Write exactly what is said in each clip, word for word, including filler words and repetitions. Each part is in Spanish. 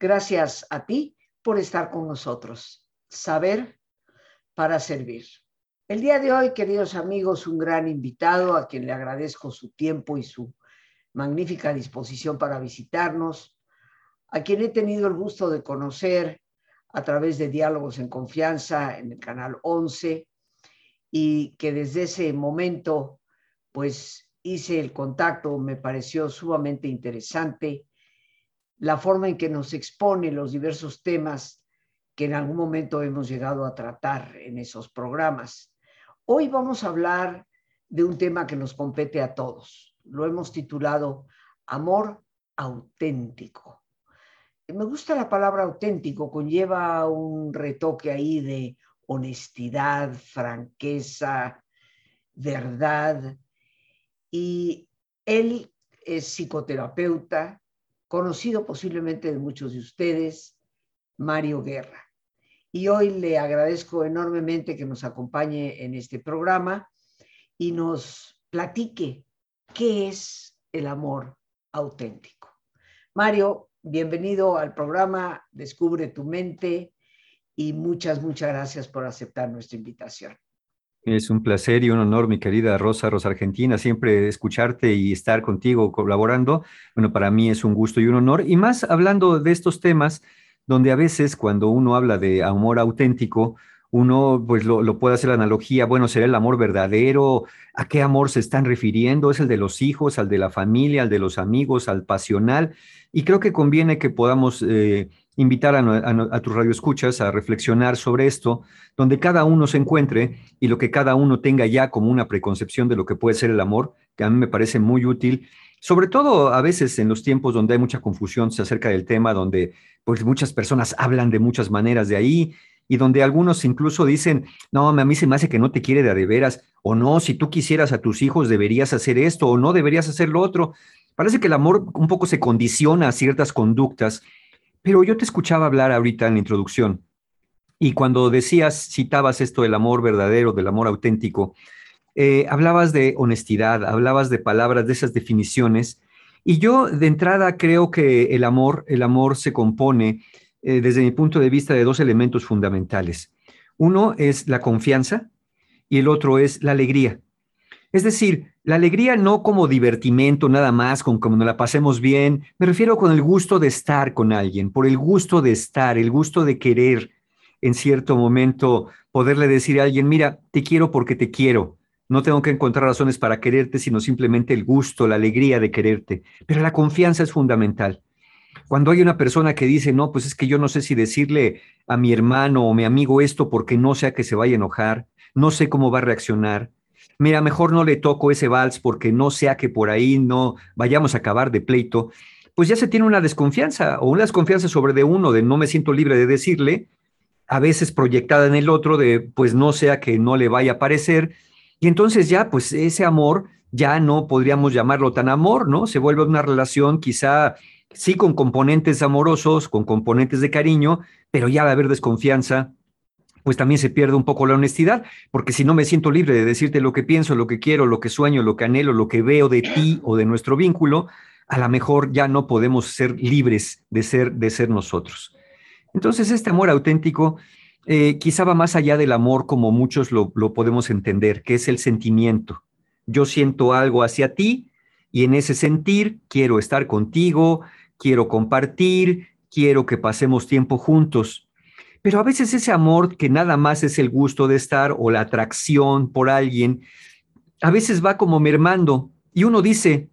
Gracias a ti por estar con nosotros. Saber para servir. El día de hoy, queridos amigos, un gran invitado a quien le agradezco su tiempo y su magnífica disposición para visitarnos, a quien he tenido el gusto de conocer a través de Diálogos en Confianza en el canal once, y que desde ese momento pues hice el contacto. Me pareció sumamente interesante la forma en que nos expone los diversos temas que en algún momento hemos llegado a tratar en esos programas. Hoy vamos a hablar de un tema que nos compete a todos. Lo hemos titulado Amor auténtico. Me gusta la palabra auténtico, conlleva un retoque ahí de honestidad, franqueza, verdad. Y él es psicoterapeuta, conocido posiblemente de muchos de ustedes, Mario Guerra. Y hoy le agradezco enormemente que nos acompañe en este programa y nos platique qué es el amor auténtico. Mario, bienvenido al programa Descubre tu Mente y muchas, muchas gracias por aceptar nuestra invitación. Es un placer y un honor, mi querida Rosa, Rosa Argentina, siempre escucharte y estar contigo colaborando. Bueno, para mí es un gusto y un honor. Y más hablando de estos temas, donde a veces cuando uno habla de amor auténtico, uno pues lo, lo puede hacer la analogía, bueno, ¿será el amor verdadero? ¿A qué amor se están refiriendo? ¿Es el de los hijos, al de la familia, al de los amigos, al pasional? Y creo que conviene que podamos eh, invitar a, a, a tus radioescuchas a reflexionar sobre esto, donde cada uno se encuentre y lo que cada uno tenga ya como una preconcepción de lo que puede ser el amor, que a mí me parece muy útil, sobre todo a veces en los tiempos donde hay mucha confusión acerca del tema, donde pues muchas personas hablan de muchas maneras de ahí y donde algunos incluso dicen, no, a mí se me hace que no te quiere de a de veras, o no, si tú quisieras a tus hijos deberías hacer esto, o no deberías hacer lo otro. Parece que el amor un poco se condiciona a ciertas conductas, pero yo te escuchaba hablar ahorita en la introducción. Y cuando decías, citabas esto del amor verdadero, del amor auténtico, eh, hablabas de honestidad, hablabas de palabras, de esas definiciones. Y yo de entrada creo que el amor, el amor se compone, eh, desde mi punto de vista, de dos elementos fundamentales. Uno es la confianza y el otro es la alegría. Es decir, la alegría no como divertimento nada más, con como nos la pasemos bien, me refiero con el gusto de estar con alguien, por el gusto de estar, el gusto de querer en cierto momento poderle decir a alguien, mira, te quiero porque te quiero. No tengo que encontrar razones para quererte, sino simplemente el gusto, la alegría de quererte. Pero la confianza es fundamental. Cuando hay una persona que dice, no, pues es que yo no sé si decirle a mi hermano o mi amigo esto porque no sé a qué se vaya a enojar, no sé cómo va a reaccionar. Mira, mejor no le toco ese vals porque no sea que por ahí no vayamos a acabar de pleito. Pues ya se tiene una desconfianza o una desconfianza sobre de uno, de no me siento libre de decirle, a veces proyectada en el otro, de pues no sea que no le vaya a parecer. Y entonces ya, pues ese amor ya no podríamos llamarlo tan amor, ¿no? Se vuelve una relación quizá sí con componentes amorosos, con componentes de cariño, pero ya al haber desconfianza, pues también se pierde un poco la honestidad, porque si no me siento libre de decirte lo que pienso, lo que quiero, lo que sueño, lo que anhelo, lo que veo de ti o de nuestro vínculo, a lo mejor ya no podemos ser libres de ser, de ser nosotros. Entonces, este amor auténtico eh, quizá va más allá del amor como muchos lo, lo podemos entender, que es el sentimiento. Yo siento algo hacia ti y en ese sentir quiero estar contigo, quiero compartir, quiero que pasemos tiempo juntos. Pero a veces ese amor que nada más es el gusto de estar o la atracción por alguien, a veces va como mermando y uno dice,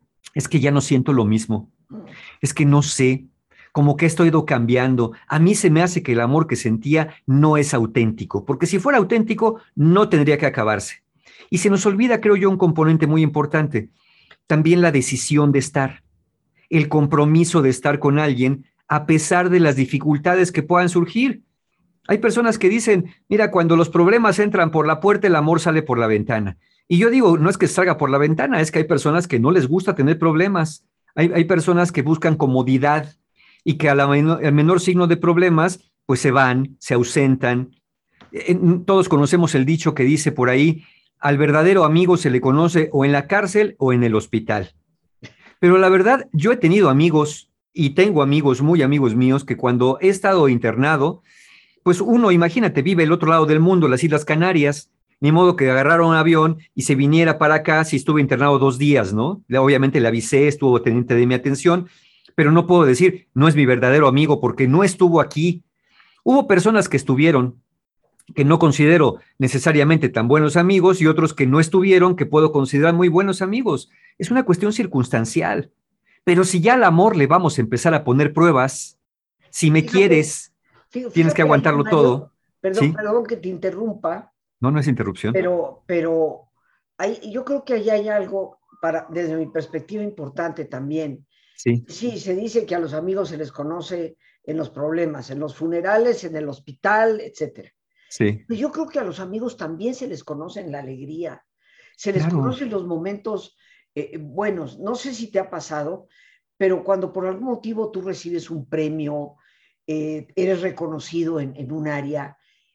es que ya no siento lo mismo, es que no sé, como que esto ha ido cambiando. A mí se me hace que el amor que sentía no es auténtico, porque si fuera auténtico no tendría que acabarse. Y se nos olvida, creo yo, un componente muy importante, también la decisión de estar, el compromiso de estar con alguien a pesar de las dificultades que puedan surgir. Hay personas que dicen, mira, cuando los problemas entran por la puerta, el amor sale por la ventana. Y yo digo, no es que salga por la ventana, es que hay personas que no les gusta tener problemas. Hay, hay personas que buscan comodidad y que a la menor, al menor signo de problemas, pues se van, se ausentan. Eh, todos conocemos el dicho que dice por ahí, al verdadero amigo se le conoce o en la cárcel o en el hospital. Pero la verdad, yo he tenido amigos y tengo amigos, muy amigos míos, que cuando he estado internado, pues uno, imagínate, vive el otro lado del mundo, las Islas Canarias, ni modo que agarrara un avión y se viniera para acá si estuve internado dos días, ¿no? Le- Obviamente le avisé, estuvo pendiente de mi atención, pero no puedo decir, no es mi verdadero amigo porque no estuvo aquí. Hubo personas que estuvieron, que no considero necesariamente tan buenos amigos y otros que no estuvieron, que puedo considerar muy buenos amigos. Es una cuestión circunstancial. Pero si ya al amor le vamos a empezar a poner pruebas, si me Fíjate, quieres, fí- tienes que fíjate ahí, aguantarlo todo, Mario, perdón, ¿sí? perdón que te interrumpa, No, no es interrupción. pero, pero hay, yo creo que ahí hay algo para, desde mi perspectiva, importante también. Sí, Sí, se dice que a los amigos se les conoce en los problemas, en los funerales, en el hospital, etcétera. sí, Pero yo creo que a los amigos también se les conoce en la alegría, se les claro, conoce en los momentos eh, buenos. No sé si te ha pasado, pero cuando por algún motivo tú recibes un premio, eh, eres reconocido en, en un área,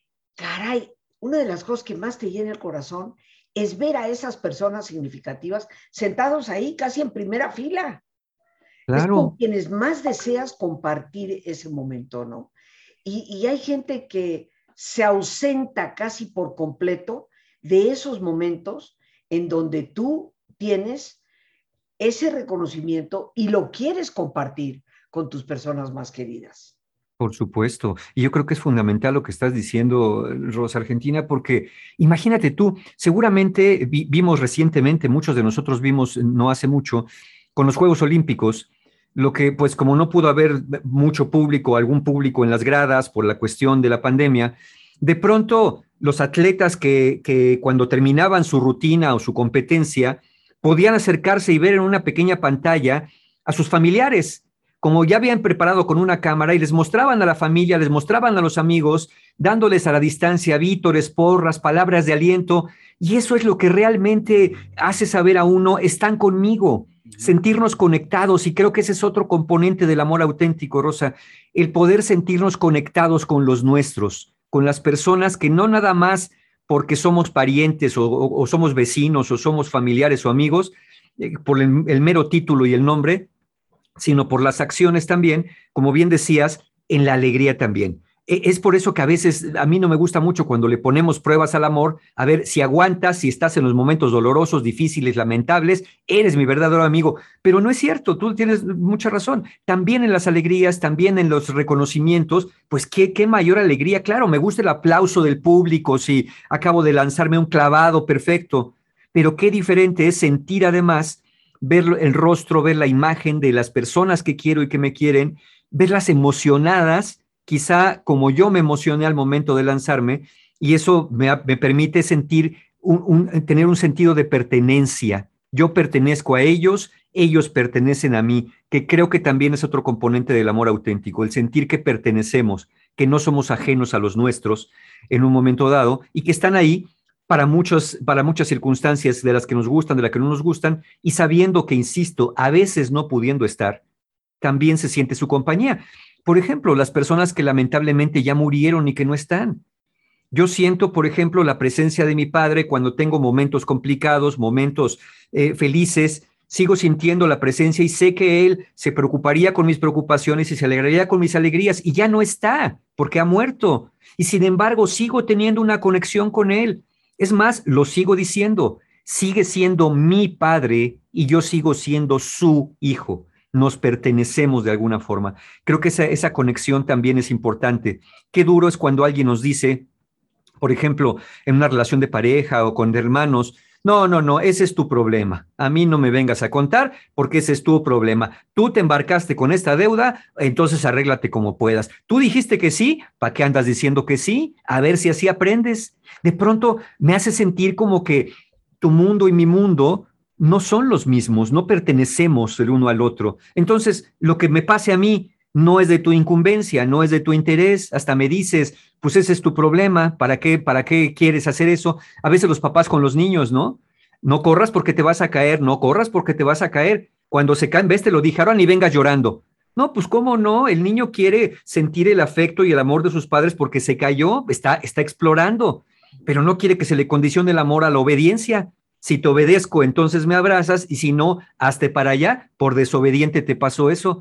caray, una de las cosas que más te llena el corazón es ver a esas personas significativas sentados ahí casi en primera fila. Es con claro. quienes más deseas compartir ese momento, ¿no? Y, y hay gente que se ausenta casi por completo de esos momentos en donde tú tienes ese reconocimiento y lo quieres compartir con tus personas más queridas. Por supuesto. Y yo creo que es fundamental lo que estás diciendo, Rosa Argentina, porque imagínate tú, seguramente vi- vimos recientemente, muchos de nosotros vimos no hace mucho, con los Juegos Olímpicos, lo que pues como no pudo haber mucho público, algún público en las gradas por la cuestión de la pandemia, de pronto los atletas que, que cuando terminaban su rutina o su competencia, podían acercarse y ver en una pequeña pantalla a sus familiares como ya habían preparado con una cámara y les mostraban a la familia, les mostraban a los amigos, dándoles a la distancia vítores, porras, palabras de aliento, y eso es lo que realmente hace saber a uno, están conmigo, sentirnos conectados, y creo que ese es otro componente del amor auténtico, Rosa, el poder sentirnos conectados con los nuestros, con las personas que no nada más porque somos parientes o, o, o somos vecinos o somos familiares o amigos, eh, por el, el mero título y el nombre, sino por las acciones también, como bien decías, en la alegría también. Es por eso que a veces a mí no me gusta mucho cuando le ponemos pruebas al amor, a ver si aguantas, si estás en los momentos dolorosos, difíciles, lamentables, eres mi verdadero amigo. Pero no es cierto, tú tienes mucha razón. También en las alegrías, también en los reconocimientos, pues qué, qué mayor alegría. Claro, me gusta el aplauso del público, si acabo de lanzarme un clavado, perfecto. Pero qué diferente es sentir además ver el rostro, ver la imagen de las personas que quiero y que me quieren, verlas emocionadas, quizá como yo me emocioné al momento de lanzarme, y eso me, me permite sentir un, un, tener un sentido de pertenencia. Yo pertenezco a ellos, ellos pertenecen a mí, que creo que también es otro componente del amor auténtico, el sentir que pertenecemos, que no somos ajenos a los nuestros en un momento dado y que están ahí para, muchos, para muchas circunstancias de las que nos gustan, de las que no nos gustan, y sabiendo que, insisto, a veces no pudiendo estar, también se siente su compañía. Por ejemplo, las personas que lamentablemente ya murieron y que no están. Yo siento, por ejemplo, la presencia de mi padre cuando tengo momentos complicados, momentos eh, felices. Sigo sintiendo la presencia y sé que él se preocuparía con mis preocupaciones y se alegraría con mis alegrías y ya no está porque ha muerto. Y sin embargo, sigo teniendo una conexión con él. Es más, lo sigo diciendo, sigue siendo mi padre y yo sigo siendo su hijo. Nos pertenecemos de alguna forma. Creo que esa, esa conexión también es importante. Qué duro es cuando alguien nos dice, por ejemplo, en una relación de pareja o con hermanos, no, no, no, ese es tu problema. A mí no me vengas a contar porque ese es tu problema. Tú te embarcaste con esta deuda, entonces arréglate como puedas. Tú dijiste que sí, ¿para qué andas diciendo que sí? A ver si así aprendes. De pronto me hace sentir como que tu mundo y mi mundo no son los mismos, no pertenecemos el uno al otro. Entonces, lo que me pase a mí no es de tu incumbencia, no es de tu interés, hasta me dices, pues ese es tu problema, ¿para qué, para qué quieres hacer eso? A veces los papás con los niños, ¿no? No corras porque te vas a caer, no corras porque te vas a caer. Cuando se caen, ves, te lo dijeron y vengas llorando. No, pues cómo no, el niño quiere sentir el afecto y el amor de sus padres porque se cayó, está, está explorando, pero no quiere que se le condicione el amor a la obediencia. Si te obedezco, entonces me abrazas y si no, hazte para allá, por desobediente te pasó eso.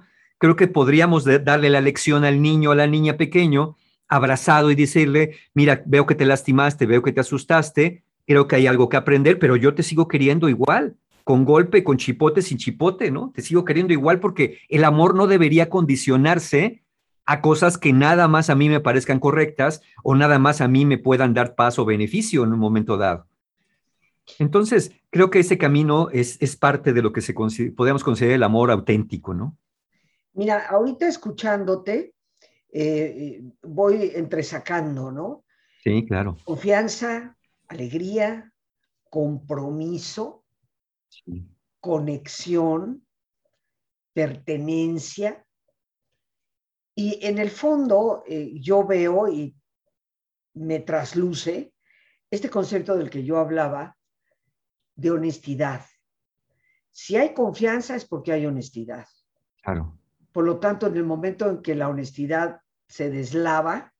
creo que podríamos de- darle la lección al niño o a la niña pequeño, abrazado y decirle, mira, veo que te lastimaste, veo que te asustaste, creo que hay algo que aprender, pero yo te sigo queriendo igual, con golpe, con chipote, sin chipote, ¿no? Te sigo queriendo igual porque el amor no debería condicionarse a cosas que nada más a mí me parezcan correctas o nada más a mí me puedan dar paz o beneficio en un momento dado. Entonces, creo que ese camino es, es parte de lo que se consider- podemos considerar el amor auténtico, ¿no? Mira, ahorita escuchándote, eh, voy entresacando, ¿no? Sí, claro. Confianza, alegría, compromiso, Sí, conexión, pertenencia. Y en el fondo eh, yo veo y me trasluce este concepto del que yo hablaba de honestidad. Si hay confianza es porque hay honestidad. claro. Por lo tanto, en el momento en que la honestidad se deslava,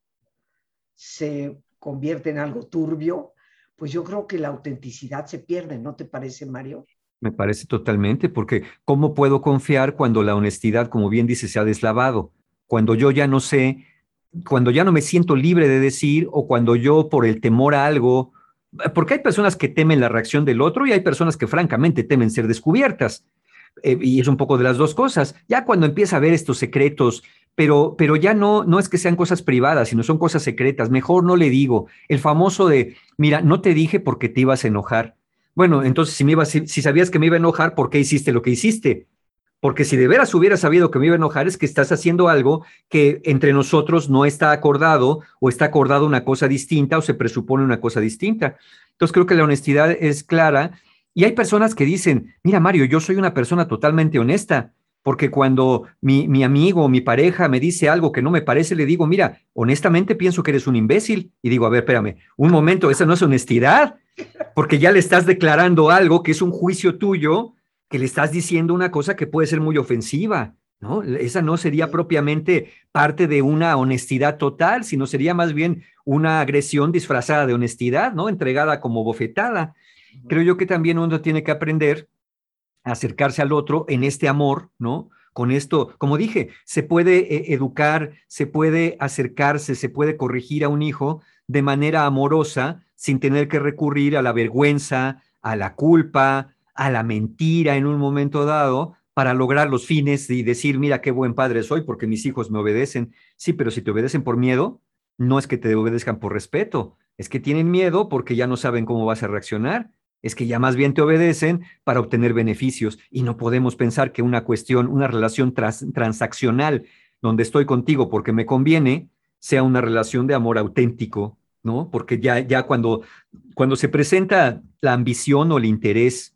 se convierte en algo turbio, pues yo creo que la autenticidad se pierde, ¿no te parece, Mario? Me parece totalmente, porque ¿cómo puedo confiar cuando la honestidad, como bien dice, se ha deslavado? Cuando yo ya no sé, cuando ya no me siento libre de decir o cuando yo por el temor a algo, porque hay personas que temen la reacción del otro y hay personas que francamente temen ser descubiertas. Eh, y es un poco de las dos cosas. Ya cuando empieza a ver estos secretos, pero, pero ya no, no es que sean cosas privadas, sino son cosas secretas, mejor no le digo. El famoso de, mira, no te dije porque te ibas a enojar. Bueno, entonces si, me ibas, si, si sabías que me iba a enojar, ¿por qué hiciste lo que hiciste? Porque si de veras hubieras sabido que me iba a enojar, es que estás haciendo algo que entre nosotros no está acordado o está acordado una cosa distinta o se presupone una cosa distinta. Entonces creo que la honestidad es clara y hay personas que dicen, mira Mario, yo soy una persona totalmente honesta, porque cuando mi, mi amigo o mi pareja me dice algo que no me parece, le digo, mira, honestamente pienso que eres un imbécil. Y digo, a ver, espérame, un momento, esa no es honestidad, porque ya le estás declarando algo que es un juicio tuyo, que le estás diciendo una cosa que puede ser muy ofensiva, ¿no? Esa no sería Sí. propiamente parte de una honestidad total, sino sería más bien una agresión disfrazada de honestidad, ¿no? Entregada como bofetada. Creo yo que también uno tiene que aprender a acercarse al otro en este amor, ¿no? Con esto, como dije, se puede eh, educar, se puede acercarse, se puede corregir a un hijo de manera amorosa sin tener que recurrir a la vergüenza, a la culpa, a la mentira en un momento dado para lograr los fines y decir, mira qué buen padre soy porque mis hijos me obedecen. Sí, pero si te obedecen por miedo, no es que te obedezcan por respeto, es que tienen miedo porque ya no saben cómo vas a reaccionar, es que ya más bien te obedecen para obtener beneficios y no podemos pensar que una cuestión, una relación trans, transaccional donde estoy contigo porque me conviene, sea una relación de amor auténtico, ¿no? Porque ya, ya cuando, cuando se presenta la ambición o el interés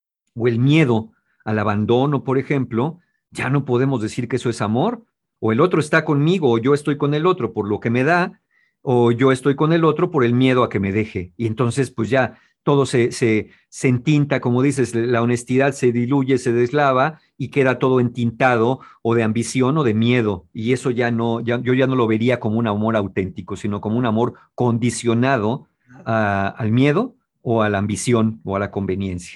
o el miedo al abandono, por ejemplo, ya no podemos decir que eso es amor, o el otro está conmigo, o yo estoy con el otro por lo que me da, o yo estoy con el otro por el miedo a que me deje. Y entonces, pues ya todo se, se, se entinta, como dices, la honestidad se diluye, se deslava y queda todo entintado o de ambición o de miedo. Y eso ya no, ya, yo ya no lo vería como un amor auténtico, sino como un amor condicionado a, al miedo o a la ambición o a la conveniencia.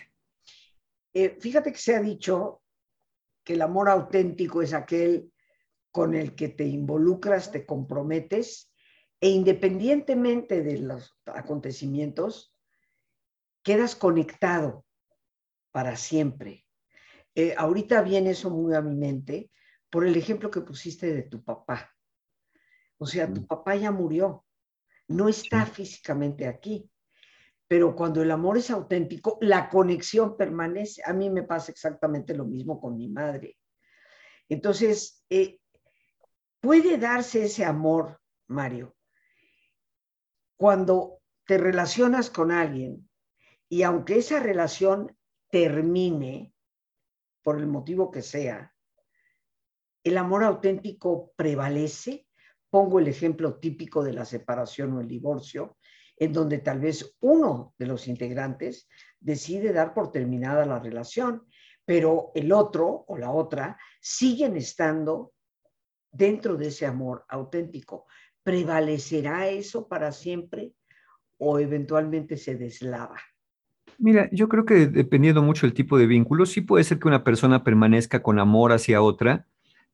Eh, fíjate que se ha dicho que el amor auténtico es aquel con el que te involucras, te comprometes e independientemente de los acontecimientos, quedas conectado para siempre. Eh, ahorita viene eso muy a mi mente por el ejemplo que pusiste de tu papá. O sea, tu papá ya murió, no está Sí. físicamente aquí, pero cuando el amor es auténtico, la conexión permanece. A mí me pasa exactamente lo mismo con mi madre. Entonces, eh, puede darse ese amor, Mario, cuando te relacionas con alguien y aunque esa relación termine por el motivo que sea, el amor auténtico prevalece. Pongo el ejemplo típico de la separación o el divorcio, en donde tal vez uno de los integrantes decide dar por terminada la relación, pero el otro o la otra siguen estando dentro de ese amor auténtico. ¿Prevalecerá eso para siempre o eventualmente se deslava? Mira, yo creo que dependiendo mucho del tipo de vínculo, sí puede ser que una persona permanezca con amor hacia otra,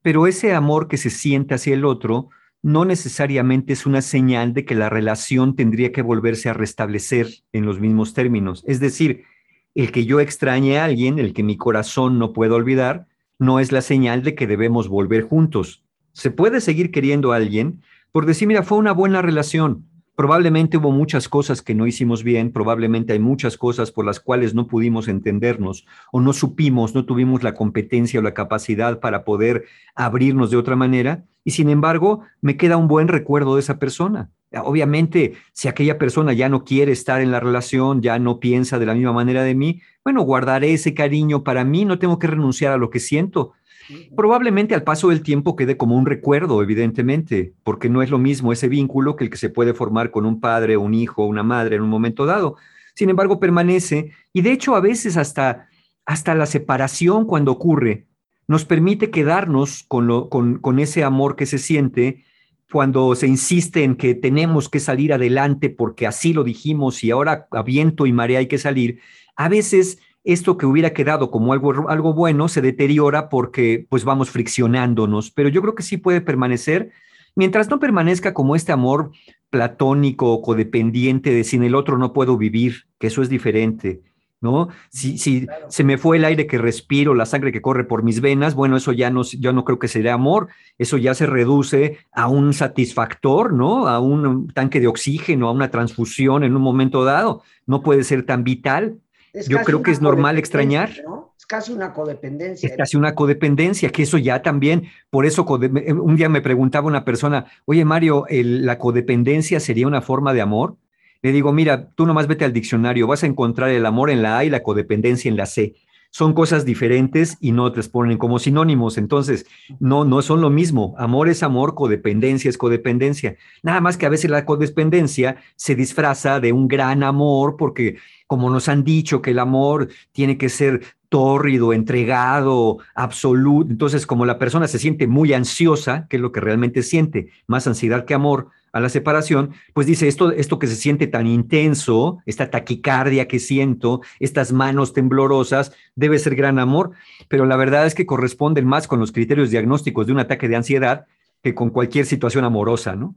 pero ese amor que se siente hacia el otro no necesariamente es una señal de que la relación tendría que volverse a restablecer en los mismos términos. Es decir, el que yo extrañe a alguien, el que mi corazón no pueda olvidar, no es la señal de que debemos volver juntos. Se puede seguir queriendo a alguien por decir, mira, fue una buena relación. Probablemente hubo muchas cosas que no hicimos bien, probablemente hay muchas cosas por las cuales no pudimos entendernos o no supimos, no tuvimos la competencia o la capacidad para poder abrirnos de otra manera, y sin embargo me queda un buen recuerdo de esa persona. Obviamente, si aquella persona ya no quiere estar en la relación, ya no piensa de la misma manera de mí, bueno, guardaré ese cariño para mí, no tengo que renunciar a lo que siento. Probablemente al paso del tiempo quede como un recuerdo, evidentemente, porque no es lo mismo ese vínculo que el que se puede formar con un padre, un hijo, una madre en un momento dado. Sin embargo, permanece y de hecho a veces hasta, hasta la separación cuando ocurre nos permite quedarnos con, lo, con, con ese amor que se siente cuando se insiste en que tenemos que salir adelante porque así lo dijimos y ahora a viento y marea hay que salir. A veces esto que hubiera quedado como algo, algo bueno se deteriora porque pues vamos friccionándonos, pero yo creo que sí puede permanecer mientras no permanezca como este amor platónico o codependiente de sin el otro no puedo vivir, que eso es diferente, ¿no? Si, si Claro. se me fue el aire que respiro, la sangre que corre por mis venas, bueno, eso ya no, yo no creo que sea amor, eso ya se reduce a un satisfactor, ¿no? A un tanque de oxígeno, a una transfusión en un momento dado, no puede ser tan vital. Es Yo casi creo que una es normal codependencia, extrañar, ¿no? Es casi una es codependencia. casi una codependencia, que eso ya también, por eso un día me preguntaba una persona, oye Mario, el, ¿la codependencia sería una forma de amor? Le digo, mira, tú nomás vete al diccionario, vas a encontrar el amor en la A y la codependencia en la C. Son cosas diferentes y no te las ponen como sinónimos, entonces no, no son lo mismo. Amor es amor, codependencia es codependencia. Nada más que a veces la codependencia se disfraza de un gran amor porque como nos han dicho que el amor tiene que ser tórrido, entregado, absoluto. Entonces, como la persona se siente muy ansiosa, que es lo que realmente siente, más ansiedad que amor a la separación, pues dice, esto, esto que se siente tan intenso, esta taquicardia que siento, estas manos temblorosas, debe ser gran amor, pero la verdad es que corresponden más con los criterios diagnósticos de un ataque de ansiedad que con cualquier situación amorosa, ¿no?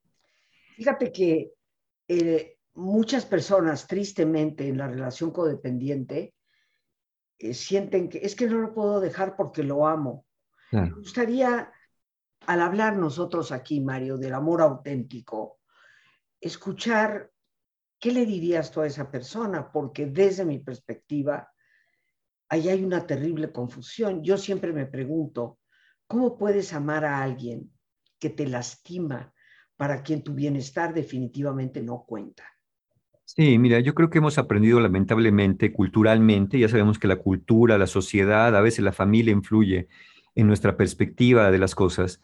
Fíjate que eh, muchas personas, tristemente, en la relación codependiente, eh, sienten que es que no lo puedo dejar porque lo amo. Me Claro. gustaría, al hablar nosotros aquí, Mario, del amor auténtico, escuchar qué le dirías tú a esa persona, porque desde mi perspectiva, ahí hay una terrible confusión. Yo siempre me pregunto, ¿cómo puedes amar a alguien que te lastima, para quien tu bienestar definitivamente no cuenta? Sí, mira, yo creo que hemos aprendido lamentablemente, culturalmente, ya sabemos que la cultura, la sociedad, a veces la familia influye en nuestra perspectiva de las cosas.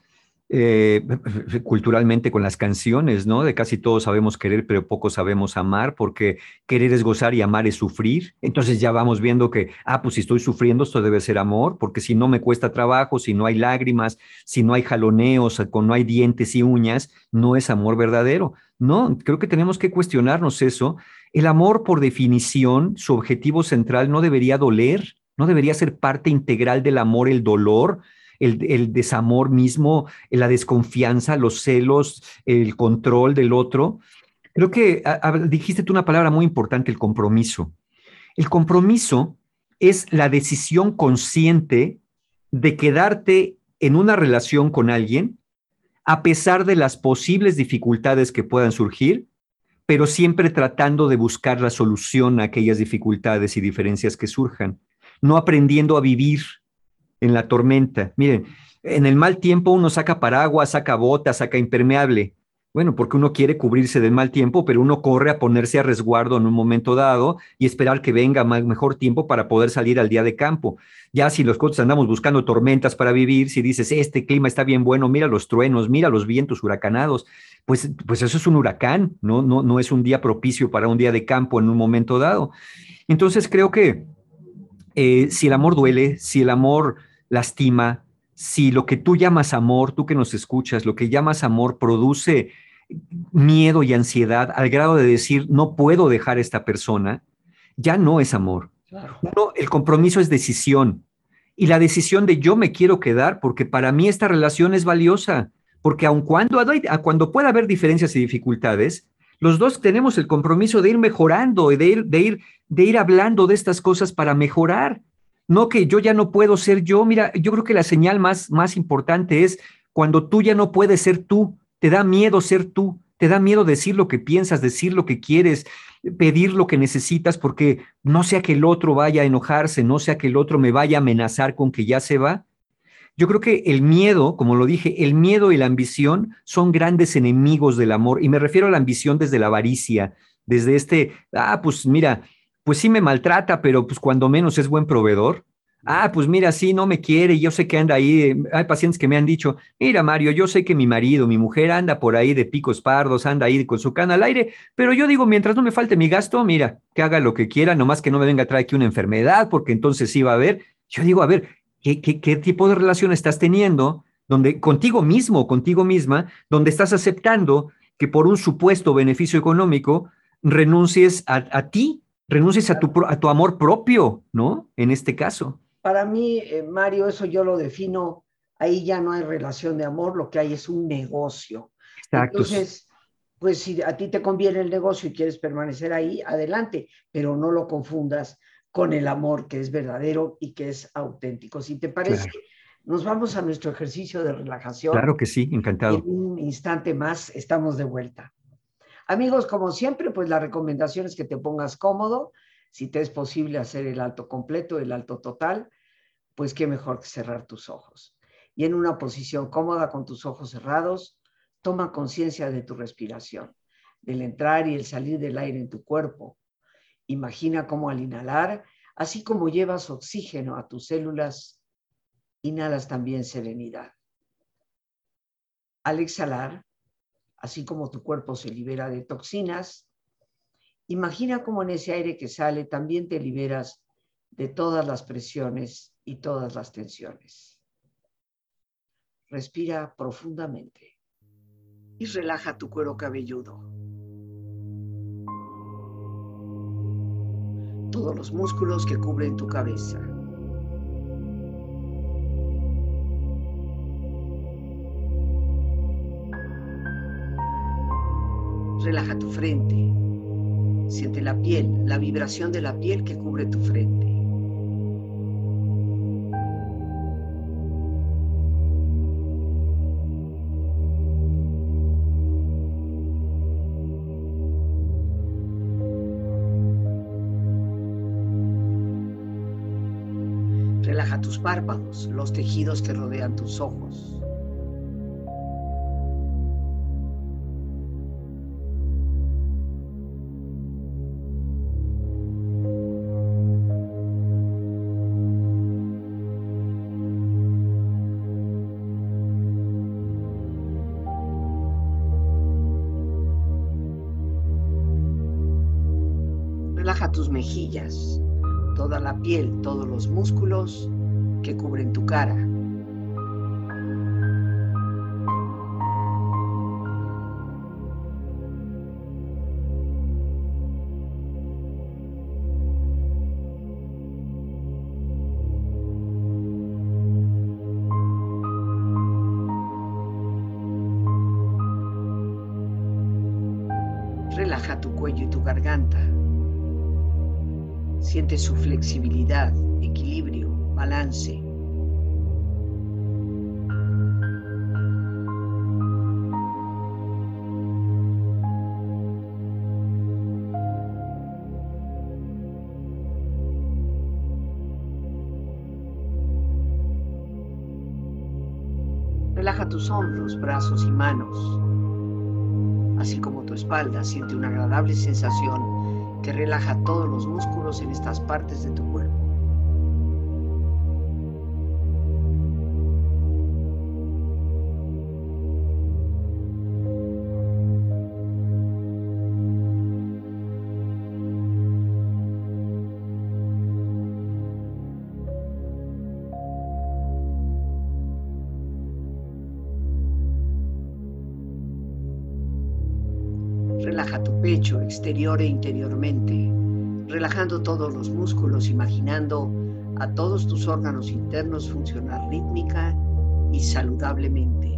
Eh, culturalmente con las canciones, ¿no? De casi todos sabemos querer, pero poco sabemos amar, porque querer es gozar y amar es sufrir. Entonces ya vamos viendo que, ah, pues si estoy sufriendo, esto debe ser amor, porque si no me cuesta trabajo, si no hay lágrimas, si no hay jaloneos, con no hay dientes y uñas, no es amor verdadero. No, creo que tenemos que cuestionarnos eso. El amor, por definición, su objetivo central no debería doler, no debería ser parte integral del amor el dolor, el, el desamor mismo, la desconfianza, los celos, el control del otro. Creo que a, a, dijiste tú una palabra muy importante, el compromiso. El compromiso es la decisión consciente de quedarte en una relación con alguien a pesar de las posibles dificultades que puedan surgir, pero siempre tratando de buscar la solución a aquellas dificultades y diferencias que surjan, no aprendiendo a vivir en la tormenta. Miren, en el mal tiempo uno saca paraguas, saca botas, saca impermeable. Bueno, porque uno quiere cubrirse del mal tiempo, pero uno corre a ponerse a resguardo en un momento dado y esperar que venga más, mejor tiempo para poder salir al día de campo. Ya si los coches andamos buscando tormentas para vivir, si dices, este clima está bien bueno, mira los truenos, mira los vientos huracanados, pues, pues eso es un huracán, ¿no? No, no es un día propicio para un día de campo en un momento dado. Entonces creo que eh, si el amor duele, si el amor lastima, si lo que tú llamas amor, tú que nos escuchas, lo que llamas amor produce miedo y ansiedad al grado de decir, no puedo dejar a esta persona, ya no es amor. Claro. Uno, el compromiso es decisión. y la decisión de yo me quiero quedar porque para mí esta relación es valiosa, porque aun cuando, cuando pueda haber diferencias y dificultades, los dos tenemos el compromiso de ir mejorando y de ir, de ir, de ir hablando de estas cosas para mejorar. No que yo ya no puedo ser yo. Mira, yo creo que la señal más, más importante es cuando tú ya no puedes ser tú, te da miedo ser tú, te da miedo decir lo que piensas, decir lo que quieres, pedir lo que necesitas, porque no sea que el otro vaya a enojarse, no sea que el otro me vaya a amenazar con que ya se va. Yo creo que el miedo, como lo dije, el miedo y la ambición son grandes enemigos del amor, y me refiero a la ambición desde la avaricia, desde este, ah, pues mira, pues sí me maltrata, pero pues cuando menos es buen proveedor. Ah, pues mira, sí, no me quiere, yo sé que anda ahí, eh, hay pacientes que me han dicho, mira Mario, yo sé que mi marido, mi mujer anda por ahí de picos pardos, anda ahí con su cana al aire, pero yo digo, mientras no me falte mi gasto, mira, que haga lo que quiera, nomás que no me venga a traer aquí una enfermedad, porque entonces sí va a haber. Yo digo, a ver, ¿Qué, qué, qué tipo de relación estás teniendo donde contigo mismo, contigo misma, donde estás aceptando que por un supuesto beneficio económico renuncies a, a ti, renuncies a tu, a tu amor propio, ¿no? En este caso. Para mí, eh, Mario, eso yo lo defino, ahí ya no hay relación de amor, lo que hay es un negocio. Exactos. Entonces, pues si a ti te conviene el negocio y quieres permanecer ahí, adelante, pero no lo confundas con el amor que es verdadero y que es auténtico. Si te parece, Claro, nos vamos a nuestro ejercicio de relajación claro que sí, y en encantado. un instante más estamos de vuelta. Amigos, como siempre, pues la recomendación es que te pongas cómodo. Si te es posible hacer el alto completo, el alto total, pues qué mejor que cerrar tus ojos. Y en una posición cómoda con tus ojos cerrados, toma conciencia de tu respiración, del entrar y el salir del aire en tu cuerpo. Imagina cómo al inhalar, así como llevas oxígeno a tus células, inhalas también serenidad. Al exhalar, así como tu cuerpo se libera de toxinas, imagina cómo en ese aire que sale también te liberas de todas las presiones y todas las tensiones. Respira profundamente y relaja tu cuero cabelludo. Todos los músculos que cubren tu cabeza. Relaja tu frente. Siente la piel, la vibración de la piel que cubre tu frente. Relaja tus párpados, los tejidos que rodean tus ojos. Relaja tus mejillas, toda la piel, todos los músculos que cubren tu cara. Relaja tu cuello y tu garganta. Siente su flexibilidad, equilibrio, balance. Relaja tus hombros, brazos y manos, así como tu espalda. Siente una agradable sensación que relaja todos los músculos en estas partes de tu cuerpo. Relaja tu pecho exterior e interiormente, relajando todos los músculos, imaginando a todos tus órganos internos funcionar rítmica y saludablemente.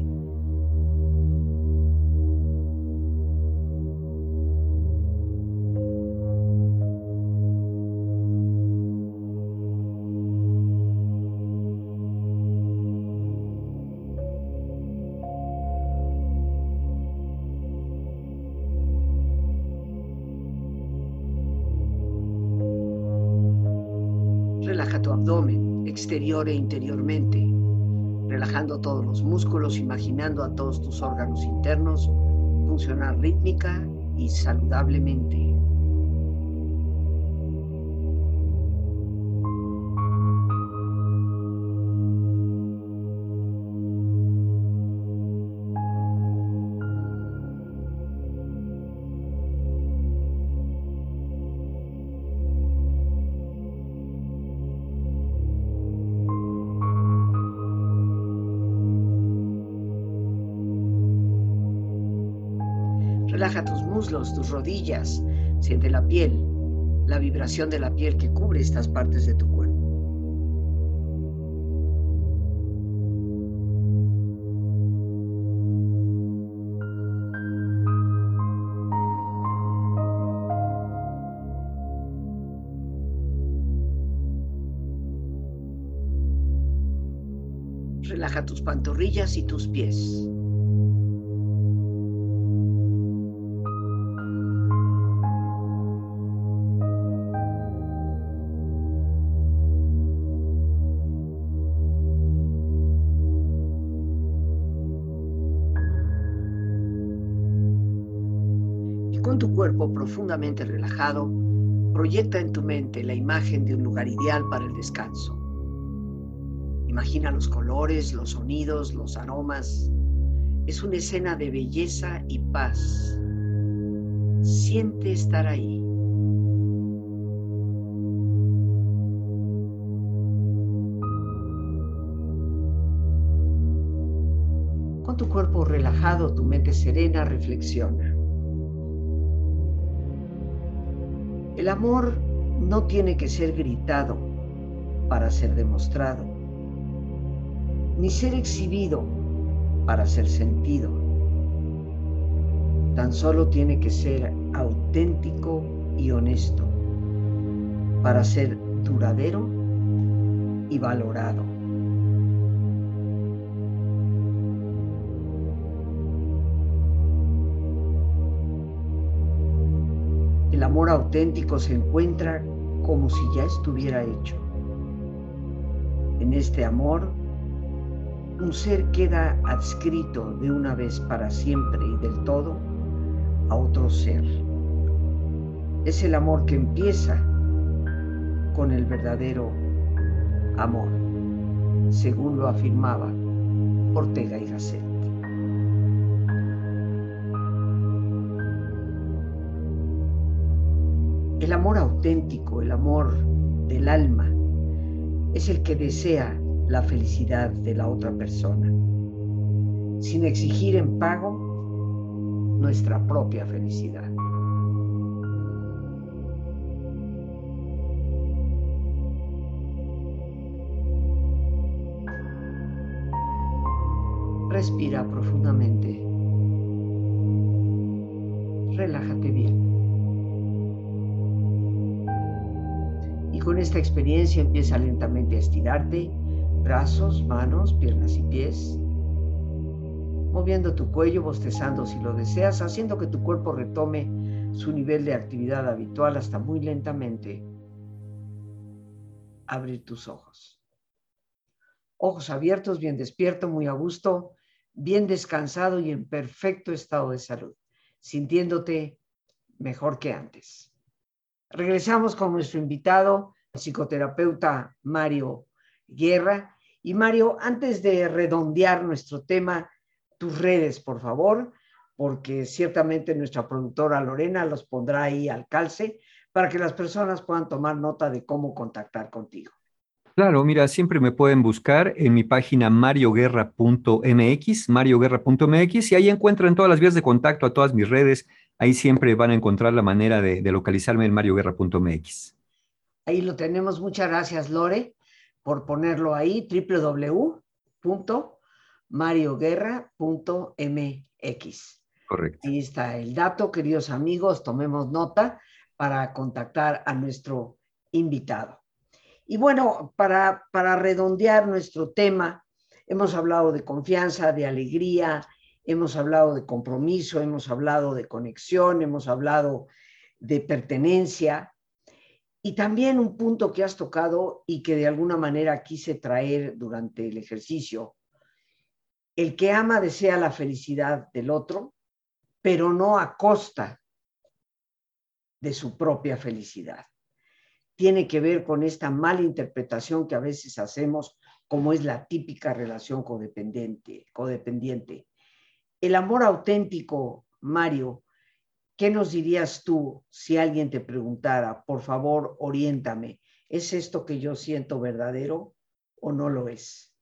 Relaja tu abdomen, exterior e interiormente, relajando todos los músculos, imaginando a todos tus órganos internos funcionar rítmica y saludablemente. Relaja tus muslos, tus rodillas, siente la piel, la vibración de la piel que cubre estas partes de tu cuerpo. Relaja tus pantorrillas y tus pies. Con tu cuerpo profundamente relajado, proyecta en tu mente la imagen de un lugar ideal para el descanso. Imagina los colores, los sonidos, los aromas. Es una escena de belleza y paz. Siente estar ahí. Con tu cuerpo relajado, tu mente serena, reflexiona. El amor no tiene que ser gritado para ser demostrado, ni ser exhibido para ser sentido. Tan solo tiene que ser auténtico y honesto para ser duradero y valorado. El amor auténtico se encuentra como si ya estuviera hecho. En este amor, un ser queda adscrito de una vez para siempre y del todo a otro ser. Es el amor que empieza con el verdadero amor, según lo afirmaba Ortega y Gasset. El amor auténtico, el amor del alma, es el que desea la felicidad de la otra persona, sin exigir en pago nuestra propia felicidad. Respira profundamente. Relájate bien. Y con esta experiencia empieza lentamente a estirarte, brazos, manos, piernas y pies, moviendo tu cuello, bostezando si lo deseas, haciendo que tu cuerpo retome su nivel de actividad habitual hasta muy lentamente abrir tus ojos. Ojos abiertos, bien despierto, muy a gusto, bien descansado y en perfecto estado de salud, sintiéndote mejor que antes. Regresamos con nuestro invitado, el psicoterapeuta Mario Guerra. Y Mario, antes de redondear nuestro tema, tus redes, por favor, porque ciertamente nuestra productora Lorena los pondrá ahí al calce para que las personas puedan tomar nota de cómo contactar contigo. Claro, mira, siempre me pueden buscar en mi página marioguerra punto m x, marioguerra punto m x, y ahí encuentran todas las vías de contacto a todas mis redes. Ahí siempre van a encontrar la manera de, de localizarme en marioguerra punto m x. Ahí lo tenemos. Muchas gracias, Lore. por ponerlo ahí, doble u doble u doble u punto mario guerra punto m x. Correcto. Ahí está el dato, queridos amigos, tomemos nota para contactar a nuestro invitado. Y bueno, para, para redondear nuestro tema, hemos hablado de confianza, de alegría, hemos hablado de compromiso, hemos hablado de conexión, hemos hablado de pertenencia. Y también un punto que has tocado y que de alguna manera quise traer durante el ejercicio, el que ama desea la felicidad del otro, pero no a costa de su propia felicidad. Tiene que ver con esta mala interpretación que a veces hacemos, como es la típica relación codependiente. codependiente. El amor auténtico, Mario, ¿qué nos dirías tú si alguien te preguntara, por favor, oriéntame, ¿es esto que yo siento verdadero o no lo es?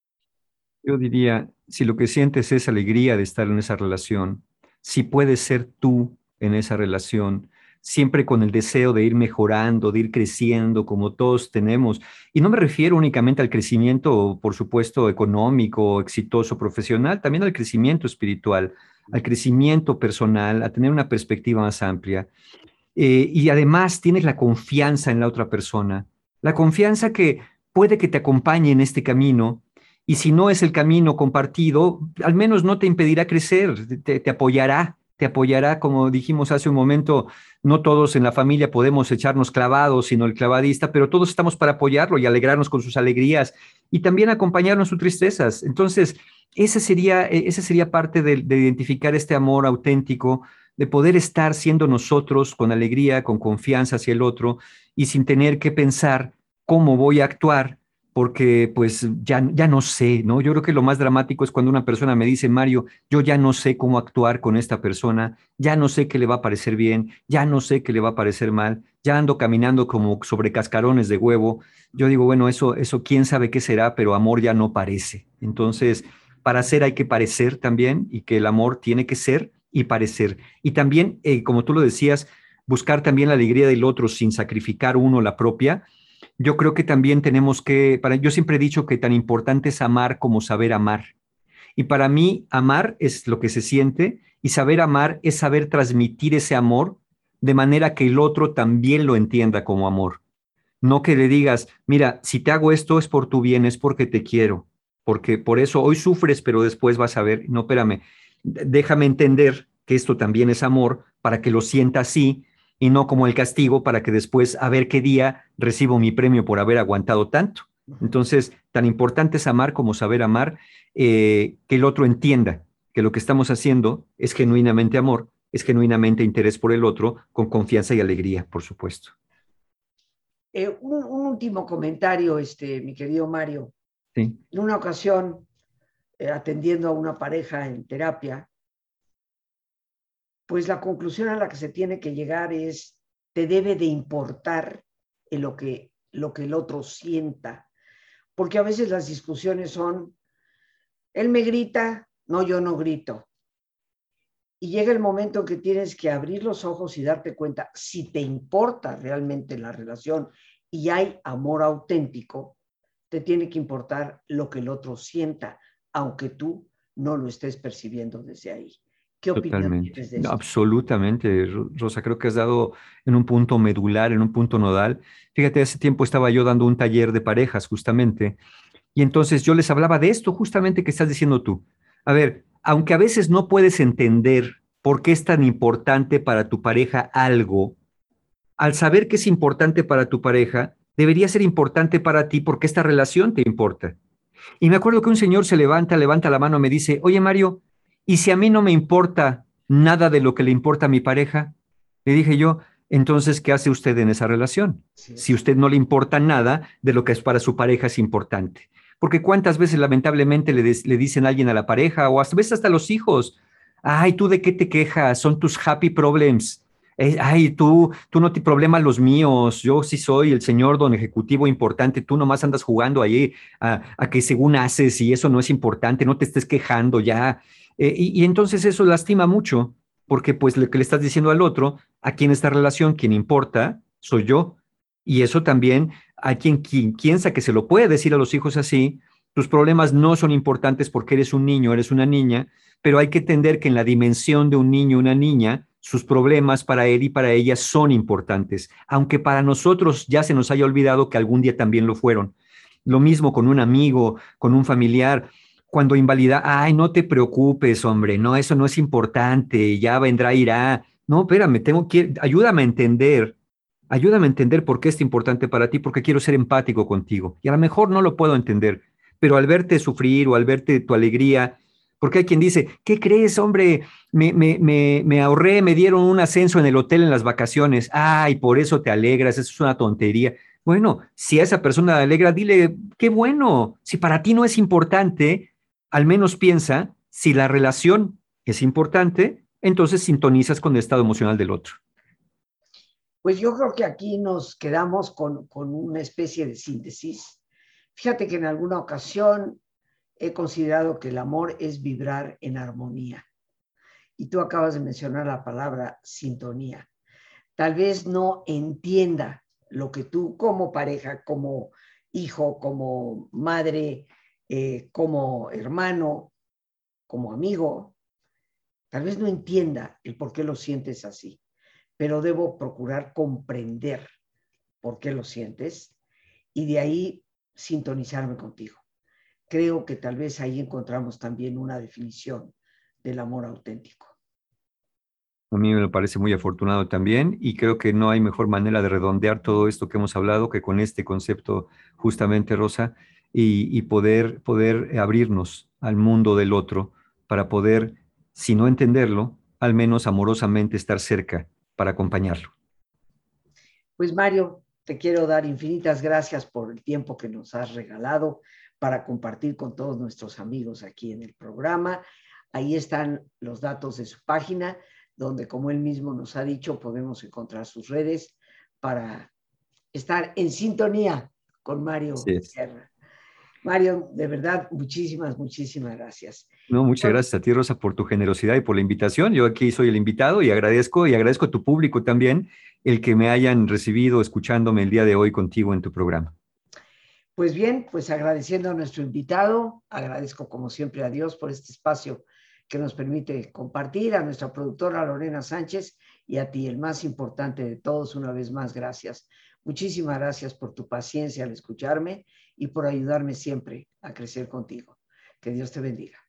Yo diría, si lo que sientes es alegría de estar en esa relación, si puedes ser tú en esa relación, siempre con el deseo de ir mejorando, de ir creciendo, como todos tenemos. Y no me refiero únicamente al crecimiento, por supuesto, económico, exitoso, profesional, también al crecimiento espiritual, al crecimiento personal, a tener una perspectiva más amplia. Eh, y además tienes la confianza en la otra persona, la confianza que puede que te acompañe en este camino, y si no es el camino compartido, al menos no te impedirá crecer, te, te apoyará, te apoyará, como dijimos hace un momento, no todos en la familia podemos echarnos clavados, sino el clavadista, pero todos estamos para apoyarlo y alegrarnos con sus alegrías y también acompañarnos en sus tristezas. Entonces, ese sería, ese sería parte de, de identificar este amor auténtico, de poder estar siendo nosotros con alegría, con confianza hacia el otro y sin tener que pensar cómo voy a actuar, porque pues ya, ya no sé, ¿no? Yo creo que lo más dramático es cuando una persona me dice, Mario, yo ya no sé cómo actuar con esta persona, ya no sé qué le va a parecer bien, ya no sé qué le va a parecer mal, ya ando caminando como sobre cascarones de huevo. Yo digo, bueno, eso, eso quién sabe qué será, pero amor ya no parece. Entonces, para ser hay que parecer también y que el amor tiene que ser y parecer. Y también, eh, como tú lo decías, buscar también la alegría del otro sin sacrificar uno la propia. Yo creo que también tenemos que, para, yo siempre he dicho que tan importante es amar como saber amar. Y para mí, amar es lo que se siente y saber amar es saber transmitir ese amor de manera que el otro también lo entienda como amor. No que le digas, mira, si te hago esto es por tu bien, es porque te quiero, porque por eso hoy sufres, pero después vas a ver, no, espérame, déjame entender que esto también es amor para que lo sienta así y no como el castigo para que después a ver qué día recibo mi premio por haber aguantado tanto. Entonces, tan importante es amar como saber amar, eh, que el otro entienda que lo que estamos haciendo es genuinamente amor, es genuinamente interés por el otro, con confianza y alegría, por supuesto. Eh, un, un, último comentario, este, mi querido Mario. Sí. En una ocasión, eh, atendiendo a una pareja en terapia, pues la conclusión a la que se tiene que llegar es, te debe de importar en lo que, lo que el otro sienta. Porque a veces las discusiones son, él me grita, no, yo no grito. Y llega el momento en que tienes que abrir los ojos y darte cuenta si te importa realmente la relación y hay amor auténtico, te tiene que importar lo que el otro sienta, aunque tú no lo estés percibiendo desde ahí. ¿Qué opinión Totalmente, tienes de no, esto? absolutamente, Rosa, creo que has dado en un punto medular, en un punto nodal. Fíjate, hace tiempo estaba yo dando un taller de parejas justamente, y entonces yo les hablaba de esto justamente que estás diciendo tú. A ver, aunque a veces no puedes entender por qué es tan importante para tu pareja algo, al saber que es importante para tu pareja, debería ser importante para ti porque esta relación te importa. Y me acuerdo que un señor se levanta, levanta la mano, me dice, oye Mario, ¿y si a mí no me importa nada de lo que le importa a mi pareja? Le dije yo, entonces, ¿qué hace usted en esa relación? Así Si a es. usted no le importa nada de lo que es para su pareja es importante. Porque cuántas veces lamentablemente le, des, le dicen a alguien a la pareja o a veces hasta a los hijos, ay, ¿tú de qué te quejas? Son tus happy problems. Eh, ay, tú, tú no te problemas los míos, yo sí soy el señor don ejecutivo importante, tú nomás andas jugando ahí a, a que según haces y eso no es importante, no te estés quejando ya. Eh, y, y entonces eso lastima mucho, porque pues lo que le estás diciendo al otro, aquí en esta relación, quien importa soy yo. Y eso también hay quien, quien piensa que se lo puede decir a los hijos así, tus problemas no son importantes porque eres un niño, eres una niña, pero hay que entender que en la dimensión de un niño, una niña, sus problemas para él y para ella son importantes, aunque para nosotros ya se nos haya olvidado que algún día también lo fueron. Lo mismo con un amigo, con un familiar. Cuando invalida, ay, no te preocupes, hombre, no, eso no es importante, ya vendrá, irá. No, espérame, tengo que, ayúdame a entender, ayúdame a entender por qué es importante para ti, porque quiero ser empático contigo. Y a lo mejor no lo puedo entender, pero al verte sufrir o al verte tu alegría, porque hay quien dice, ¿qué crees, hombre? Me, me, me, me ahorré, me dieron un ascenso en el hotel en las vacaciones. Ay, por eso te alegras, eso es una tontería. Bueno, si a esa persona le alegra, dile, qué bueno. Si para ti no es importante, al menos piensa, si la relación es importante, entonces sintonizas con el estado emocional del otro. Pues yo creo que aquí nos quedamos con, con una especie de síntesis. Fíjate que en alguna ocasión he considerado que el amor es vibrar en armonía. Y tú acabas de mencionar la palabra sintonía. Tal vez no entienda lo que tú como pareja, como hijo, como madre, eh, como hermano, como amigo, tal vez no entienda el por qué lo sientes así, pero debo procurar comprender por qué lo sientes y de ahí sintonizarme contigo. Creo que tal vez ahí encontramos también una definición del amor auténtico. A mí me parece muy afortunado también y creo que no hay mejor manera de redondear todo esto que hemos hablado que con este concepto justamente, Rosa, y, y poder, poder abrirnos al mundo del otro para poder, si no entenderlo, al menos amorosamente estar cerca para acompañarlo. Pues Mario, te quiero dar infinitas gracias por el tiempo que nos has regalado para compartir con todos nuestros amigos aquí en el programa. Ahí están los datos de su página, donde, como él mismo nos ha dicho, podemos encontrar sus redes para estar en sintonía con Mario Sí. Sierra. Mario, de verdad, muchísimas, muchísimas gracias. No, muchas gracias a ti, Rosa, por tu generosidad y por la invitación. Yo aquí soy el invitado y agradezco y agradezco a tu público también el que me hayan recibido escuchándome el día de hoy contigo en tu programa. Pues bien, pues agradeciendo a nuestro invitado, agradezco como siempre a Dios por este espacio que nos permite compartir, a nuestra productora Lorena Sánchez y a ti, el más importante de todos, una vez más, gracias. Muchísimas gracias por tu paciencia al escucharme y por ayudarme siempre a crecer contigo. Que Dios te bendiga.